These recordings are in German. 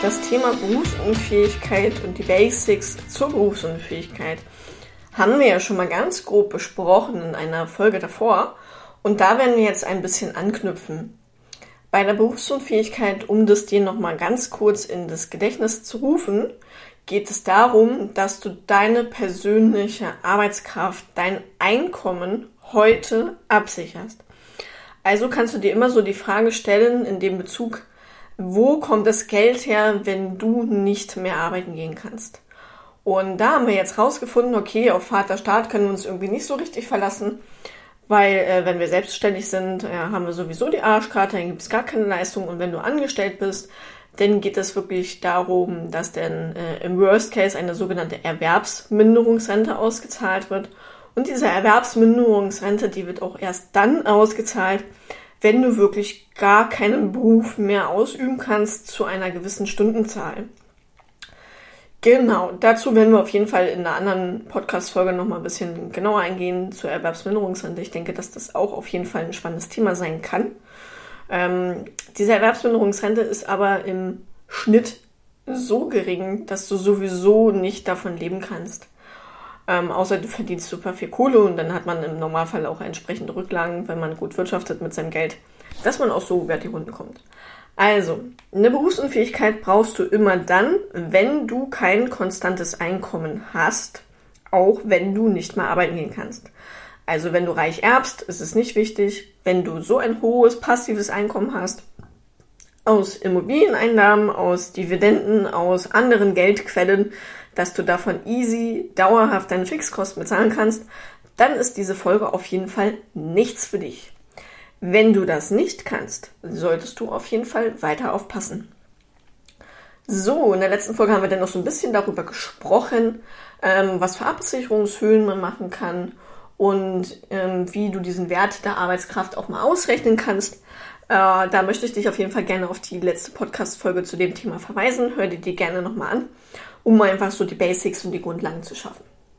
das Thema Berufsunfähigkeit und die Basics zur Berufsunfähigkeit haben wir ja schon mal ganz grob besprochen in einer Folge davor. Und da werden wir jetzt ein bisschen anknüpfen. Bei der Berufsunfähigkeit, um das dir nochmal ganz kurz in das Gedächtnis zu rufen, geht es darum, dass du deine persönliche Arbeitskraft, dein Einkommen heute absicherst. Also kannst du dir immer so die Frage stellen in dem Bezug, wo kommt das Geld her, wenn du nicht mehr arbeiten gehen kannst? Und da haben wir jetzt rausgefunden, okay, auf Vaterstaat können wir uns irgendwie nicht so richtig verlassen, weil wenn wir selbstständig sind, haben wir sowieso die Arschkarte, dann gibt es gar keine Leistung. Und wenn du angestellt bist, dann geht es wirklich darum, dass dann im Worst Case eine sogenannte Erwerbsminderungsrente ausgezahlt wird. Und diese Erwerbsminderungsrente, die wird auch erst dann ausgezahlt, wenn du wirklich gar keinen Beruf mehr ausüben kannst zu einer gewissen Stundenzahl. Genau, dazu werden wir auf jeden Fall in einer anderen Podcast-Folge nochmal ein bisschen genauer eingehen zur Erwerbsminderungsrente. Ich denke, dass das auch auf jeden Fall ein spannendes Thema sein kann. Diese Erwerbsminderungsrente ist aber im Schnitt so gering, dass du sowieso nicht davon leben kannst. Außer du verdienst super viel Kohle und dann hat man im Normalfall auch entsprechende Rücklagen, wenn man gut wirtschaftet mit seinem Geld, dass man auch so über die Runden kommt. Also, eine Berufsunfähigkeit brauchst du immer dann, wenn du kein konstantes Einkommen hast, auch wenn du nicht mehr arbeiten gehen kannst. Also, wenn du reich erbst, ist es nicht wichtig. Wenn du so ein hohes passives Einkommen hast, aus Immobilieneinnahmen, aus Dividenden, aus anderen Geldquellen, dass du davon easy, dauerhaft deine Fixkosten bezahlen kannst, dann ist diese Folge auf jeden Fall nichts für dich. Wenn du das nicht kannst, solltest du auf jeden Fall weiter aufpassen. So, in der letzten Folge haben wir dann noch so ein bisschen darüber gesprochen, was für Absicherungshöhen man machen kann und wie du diesen Wert der Arbeitskraft auch mal ausrechnen kannst. Da möchte ich dich auf jeden Fall gerne auf die letzte Podcast-Folge zu dem Thema verweisen. Hör dir gerne nochmal an, um einfach so die Basics und die Grundlagen zu schaffen.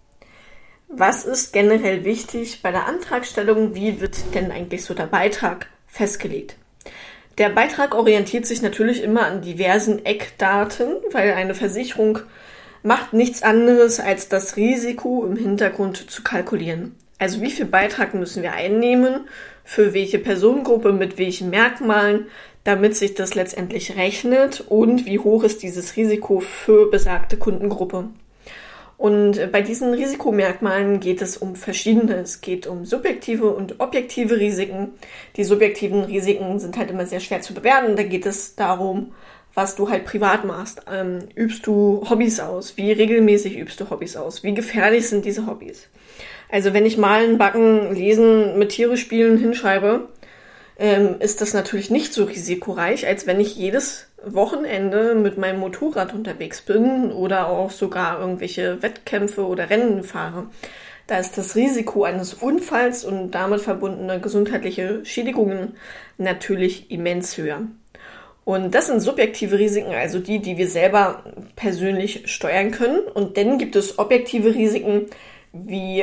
Was ist generell wichtig bei der Antragstellung? Wie wird denn eigentlich so der Beitrag festgelegt? Der Beitrag orientiert sich natürlich immer an diversen Eckdaten, weil eine Versicherung macht nichts anderes, als das Risiko im Hintergrund zu kalkulieren. Also wie viel Beitrag müssen wir einnehmen, für welche Personengruppe, mit welchen Merkmalen, damit sich das letztendlich rechnet und wie hoch ist dieses Risiko für besagte Kundengruppe. Und bei diesen Risikomerkmalen geht es um verschiedene. Es geht um subjektive und objektive Risiken. Die subjektiven Risiken sind halt immer sehr schwer zu bewerten. Da geht es darum, was du halt privat machst. Übst du Hobbys aus? Wie regelmäßig übst du Hobbys aus? Wie gefährlich sind diese Hobbys? Also wenn ich Malen, Backen, Lesen, mit Tiere spielen hinschreibe, ist das natürlich nicht so risikoreich, als wenn ich jedes Wochenende mit meinem Motorrad unterwegs bin oder auch sogar irgendwelche Wettkämpfe oder Rennen fahre. Da ist das Risiko eines Unfalls und damit verbundene gesundheitliche Schädigungen natürlich immens höher. Und das sind subjektive Risiken, also die wir selber persönlich steuern können. Und dann gibt es objektive Risiken wie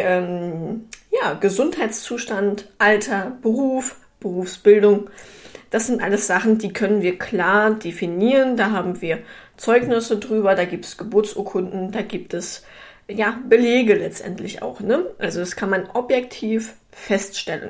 Gesundheitszustand, Alter, Beruf, Berufsbildung. Das sind alles Sachen, die können wir klar definieren. Da haben wir Zeugnisse drüber, da gibt es Geburtsurkunden, da gibt es Belege letztendlich auch. Ne? Also das kann man objektiv feststellen.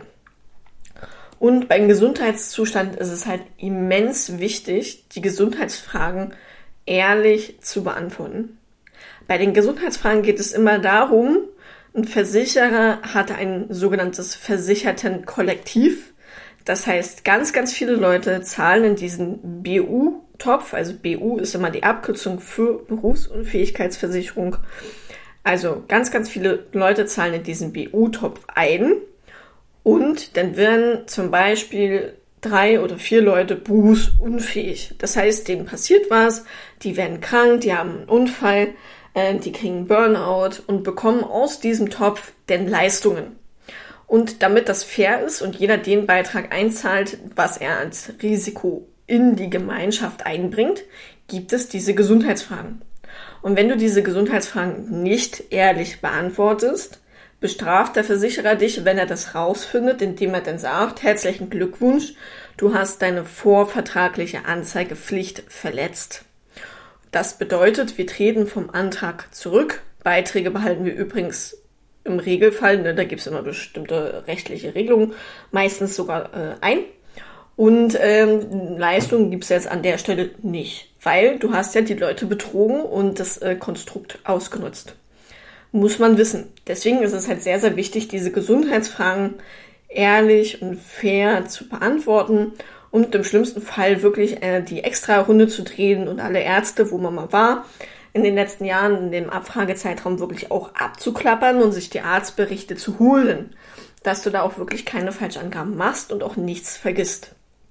Und beim Gesundheitszustand ist es halt immens wichtig, die Gesundheitsfragen ehrlich zu beantworten. Bei den Gesundheitsfragen geht es immer darum, ein Versicherer hat ein sogenanntes Versichertenkollektiv. Das heißt, ganz, ganz viele Leute zahlen in diesen BU-Topf, also BU ist immer die Abkürzung für Berufsunfähigkeitsversicherung. Also ganz, ganz viele Leute zahlen in diesen BU-Topf ein und dann werden zum Beispiel 3 oder 4 Leute berufsunfähig. Das heißt, denen passiert was, die werden krank, die haben einen Unfall, die kriegen Burnout und bekommen aus diesem Topf denn Leistungen. Und damit das fair ist und jeder den Beitrag einzahlt, was er als Risiko in die Gemeinschaft einbringt, gibt es diese Gesundheitsfragen. Und wenn du diese Gesundheitsfragen nicht ehrlich beantwortest, bestraft der Versicherer dich, wenn er das rausfindet, indem er dann sagt, herzlichen Glückwunsch, du hast deine vorvertragliche Anzeigepflicht verletzt. Das bedeutet, wir treten vom Antrag zurück. Beiträge behalten wir übrigens im Regelfall, ne, da gibt es immer bestimmte rechtliche Regelungen, meistens sogar ein. Und Leistungen gibt es jetzt an der Stelle nicht, weil du hast ja die Leute betrogen und das Konstrukt ausgenutzt. Muss man wissen. Deswegen ist es halt sehr, sehr wichtig, diese Gesundheitsfragen ehrlich und fair zu beantworten und im schlimmsten Fall wirklich die extra Runde zu drehen und alle Ärzte, wo man mal war, in den letzten Jahren in dem Abfragezeitraum wirklich auch abzuklappern und sich die Arztberichte zu holen, dass du da auch wirklich keine Falschangaben machst und auch nichts vergisst.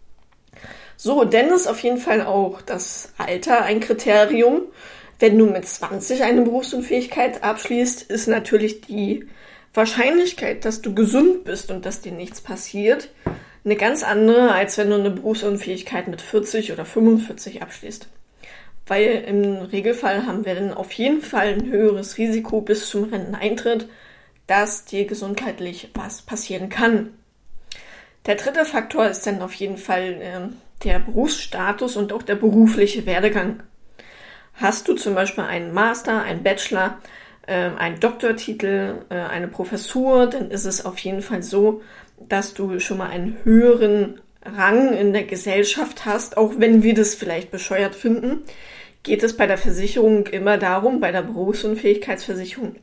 So, dann ist auf jeden Fall auch das Alter ein Kriterium. Wenn du mit 20 eine Berufsunfähigkeit abschließt, ist natürlich die Wahrscheinlichkeit, dass du gesund bist und dass dir nichts passiert, eine ganz andere, als wenn du eine Berufsunfähigkeit mit 40 oder 45 abschließt. Weil im Regelfall haben wir dann auf jeden Fall ein höheres Risiko bis zum Renteneintritt, dass dir gesundheitlich was passieren kann. Der dritte Faktor ist dann auf jeden Fall der Berufsstatus und auch der berufliche Werdegang. Hast du zum Beispiel einen Master, einen Bachelor, einen Doktortitel, eine Professur, dann ist es auf jeden Fall so, dass du schon mal einen höheren Rang in der Gesellschaft hast, auch wenn wir das vielleicht bescheuert finden, geht es bei der Versicherung immer darum, bei der Berufsunfähigkeitsversicherung,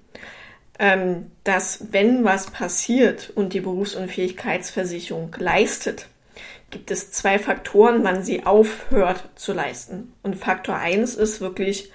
dass wenn was passiert und die Berufsunfähigkeitsversicherung leistet, gibt es 2 Faktoren, wann sie aufhört zu leisten. Und Faktor 1 ist wirklich,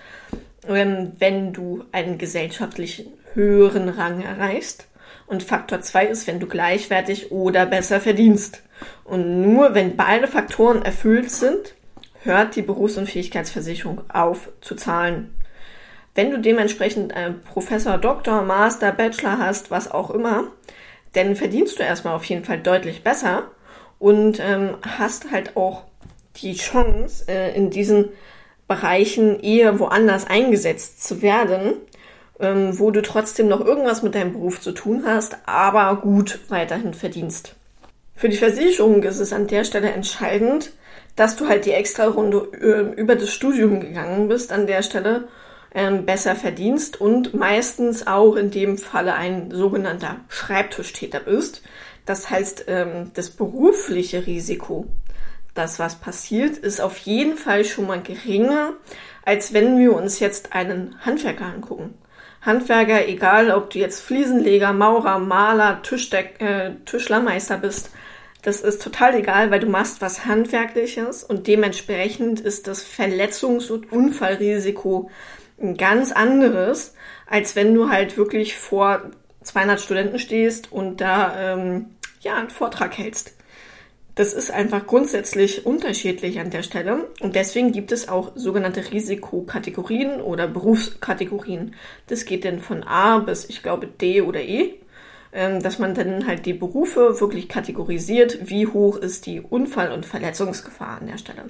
wenn du einen gesellschaftlichen höheren Rang erreichst. Und Faktor 2 ist, wenn du gleichwertig oder besser verdienst. Und nur wenn beide Faktoren erfüllt sind, hört die Berufsunfähigkeitsversicherung auf zu zahlen. Wenn du dementsprechend einen Professor, Doktor, Master, Bachelor hast, was auch immer, dann verdienst du erstmal auf jeden Fall deutlich besser und hast halt auch die Chance, in diesen Bereichen eher woanders eingesetzt zu werden, wo du trotzdem noch irgendwas mit deinem Beruf zu tun hast, aber gut weiterhin verdienst. Für die Versicherung ist es an der Stelle entscheidend, dass du halt die extra Runde über das Studium gegangen bist, an der Stelle besser verdienst und meistens auch in dem Falle ein sogenannter Schreibtischtäter bist. Das heißt, das berufliche Risiko, dass was passiert, ist auf jeden Fall schon mal geringer, als wenn wir uns jetzt einen Handwerker angucken. Handwerker, egal ob du jetzt Fliesenleger, Maurer, Maler, Tischlermeister bist, das ist total egal, weil du machst was Handwerkliches und dementsprechend ist das Verletzungs- und Unfallrisiko ein ganz anderes, als wenn du halt wirklich vor 200 Studenten stehst und da einen Vortrag hältst. Das ist einfach grundsätzlich unterschiedlich an der Stelle und deswegen gibt es auch sogenannte Risikokategorien oder Berufskategorien. Das geht dann von A bis, ich glaube, D oder E, dass man dann halt die Berufe wirklich kategorisiert, wie hoch ist die Unfall- und Verletzungsgefahr an der Stelle.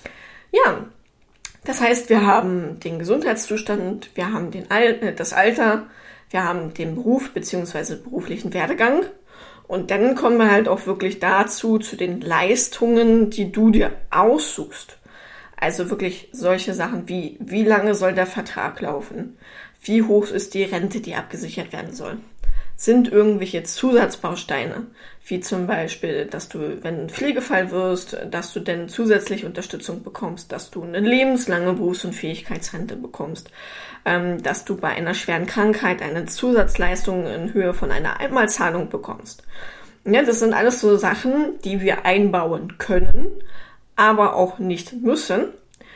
Ja, das heißt, wir haben den Gesundheitszustand, wir haben das Alter, wir haben den Beruf bzw. beruflichen Werdegang. Und dann kommen wir halt auch wirklich dazu, zu den Leistungen, die du dir aussuchst. Also wirklich solche Sachen wie lange soll der Vertrag laufen? Wie hoch ist die Rente, die abgesichert werden soll? Sind irgendwelche Zusatzbausteine, wie zum Beispiel, dass du, wenn ein Pflegefall wirst, dass du dann zusätzlich Unterstützung bekommst, dass du eine lebenslange Berufsunfähigkeitsrente bekommst, dass du bei einer schweren Krankheit eine Zusatzleistung in Höhe von einer Einmalzahlung bekommst. Ja, das sind alles so Sachen, die wir einbauen können, aber auch nicht müssen.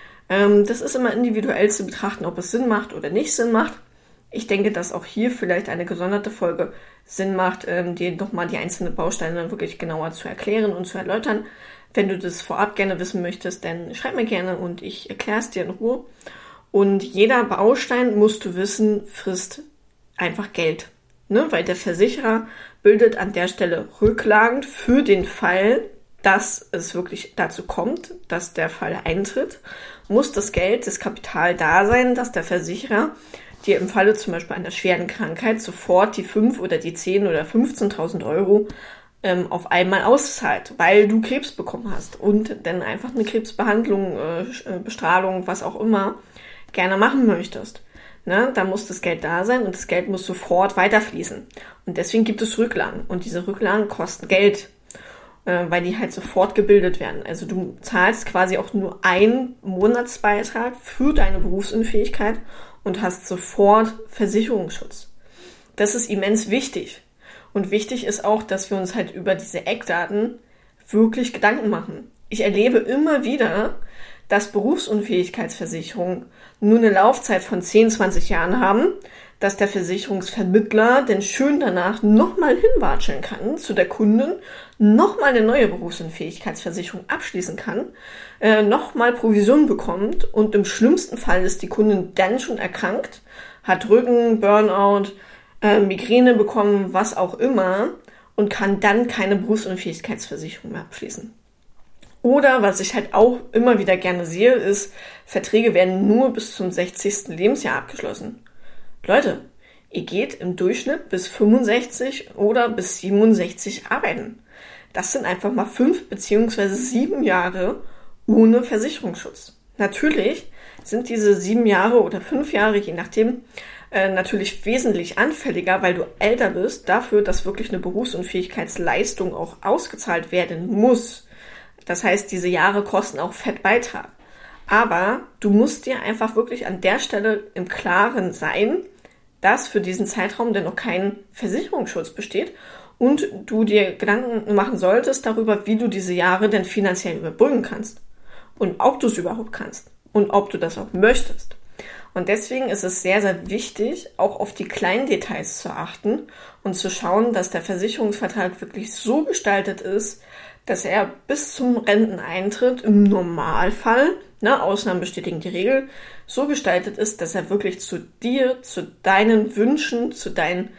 Das ist immer individuell zu betrachten, ob es Sinn macht oder nicht Sinn macht. Ich denke, dass auch hier vielleicht eine gesonderte Folge Sinn macht, dir nochmal die einzelnen Bausteine wirklich genauer zu erklären und zu erläutern. Wenn du das vorab gerne wissen möchtest, dann schreib mir gerne und ich erkläre es dir in Ruhe. Und jeder Baustein, musst du wissen, frisst einfach Geld. Ne? Weil der Versicherer bildet an der Stelle Rücklagen für den Fall, dass es wirklich dazu kommt, dass der Fall eintritt, muss das Geld, das Kapital da sein, dass der Versicherer dir im Falle zum Beispiel einer schweren Krankheit sofort die 5 oder die 10 oder 15.000 Euro auf einmal auszahlt, weil du Krebs bekommen hast und dann einfach eine Krebsbehandlung, Bestrahlung, was auch immer, gerne machen möchtest. Ne? Da muss das Geld da sein und das Geld muss sofort weiterfließen. Und deswegen gibt es Rücklagen. Und diese Rücklagen kosten Geld, weil die halt sofort gebildet werden. Also du zahlst quasi auch nur einen Monatsbeitrag für deine Berufsunfähigkeit und hast sofort Versicherungsschutz. Das ist immens wichtig. Und wichtig ist auch, dass wir uns halt über diese Eckdaten wirklich Gedanken machen. Ich erlebe immer wieder, dass Berufsunfähigkeitsversicherungen nur eine Laufzeit von 10, 20 Jahren haben, dass der Versicherungsvermittler denn schön danach nochmal hinwatscheln kann zu der Kundin, nochmal eine neue Berufsunfähigkeitsversicherung abschließen kann, nochmal Provision bekommt und im schlimmsten Fall ist die Kundin dann schon erkrankt, hat Rücken, Burnout, Migräne bekommen, was auch immer und kann dann keine Berufsunfähigkeitsversicherung mehr abschließen. Oder was ich halt auch immer wieder gerne sehe, ist, Verträge werden nur bis zum 60. Lebensjahr abgeschlossen. Leute, ihr geht im Durchschnitt bis 65 oder bis 67 arbeiten. Das sind einfach mal 5 bzw. 7 Jahre ohne Versicherungsschutz. Natürlich sind diese 7 Jahre oder 5 Jahre, je nachdem, natürlich wesentlich anfälliger, weil du älter bist, dafür, dass wirklich eine Berufsunfähigkeitsleistung auch ausgezahlt werden muss. Das heißt, diese Jahre kosten auch Fettbeitrag. Aber du musst dir einfach wirklich an der Stelle im Klaren sein, dass für diesen Zeitraum denn noch kein Versicherungsschutz besteht und du dir Gedanken machen solltest darüber, wie du diese Jahre denn finanziell überbrücken kannst und ob du es überhaupt kannst und ob du das auch möchtest. Und deswegen ist es sehr, sehr wichtig, auch auf die kleinen Details zu achten und zu schauen, dass der Versicherungsvertrag wirklich so gestaltet ist, dass er bis zum Renteneintritt im Normalfall, Ausnahmen bestätigen die Regel, so gestaltet ist, dass er wirklich zu dir, zu deinen Wünschen, zu deinen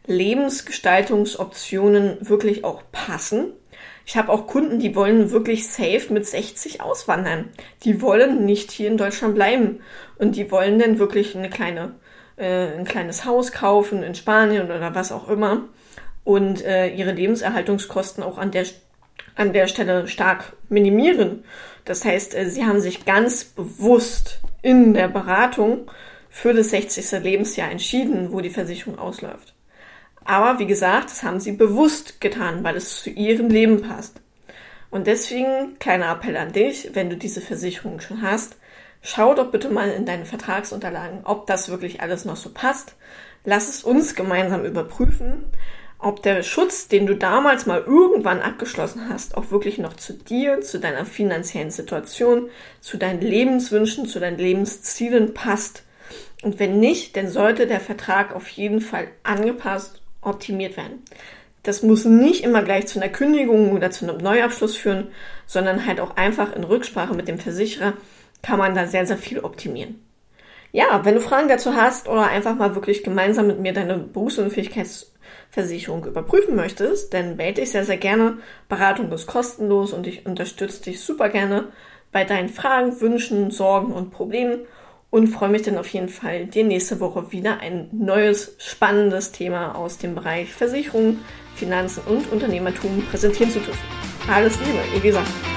Lebensgestaltungsoptionen wirklich auch passen. Ich habe auch Kunden, die wollen wirklich safe mit 60 auswandern. Die wollen nicht hier in Deutschland bleiben. Und die wollen dann wirklich ein kleines Haus kaufen in Spanien oder was auch immer. Und ihre Lebenserhaltungskosten auch an der Stelle stark minimieren. Das heißt, sie haben sich ganz bewusst in der Beratung für das 60. Lebensjahr entschieden, wo die Versicherung ausläuft. Aber wie gesagt, das haben sie bewusst getan, weil es zu ihrem Leben passt. Und deswegen, kleiner Appell an dich, wenn du diese Versicherung schon hast, schau doch bitte mal in deine Vertragsunterlagen, ob das wirklich alles noch so passt. Lass es uns gemeinsam überprüfen, ob der Schutz, den du damals mal irgendwann abgeschlossen hast, auch wirklich noch zu dir, zu deiner finanziellen Situation, zu deinen Lebenswünschen, zu deinen Lebenszielen passt. Und wenn nicht, dann sollte der Vertrag auf jeden Fall angepasst, optimiert werden. Das muss nicht immer gleich zu einer Kündigung oder zu einem Neuabschluss führen, sondern halt auch einfach in Rücksprache mit dem Versicherer kann man da sehr, sehr viel optimieren. Ja, wenn du Fragen dazu hast oder einfach mal wirklich gemeinsam mit mir deine Berufsunfähigkeitsversicherung überprüfen möchtest, dann melde dich sehr, sehr gerne. Beratung ist kostenlos und ich unterstütze dich super gerne bei deinen Fragen, Wünschen, Sorgen und Problemen und freue mich dann auf jeden Fall, dir nächste Woche wieder ein neues, spannendes Thema aus dem Bereich Versicherung, Finanzen und Unternehmertum präsentieren zu dürfen. Alles Liebe, Elisa.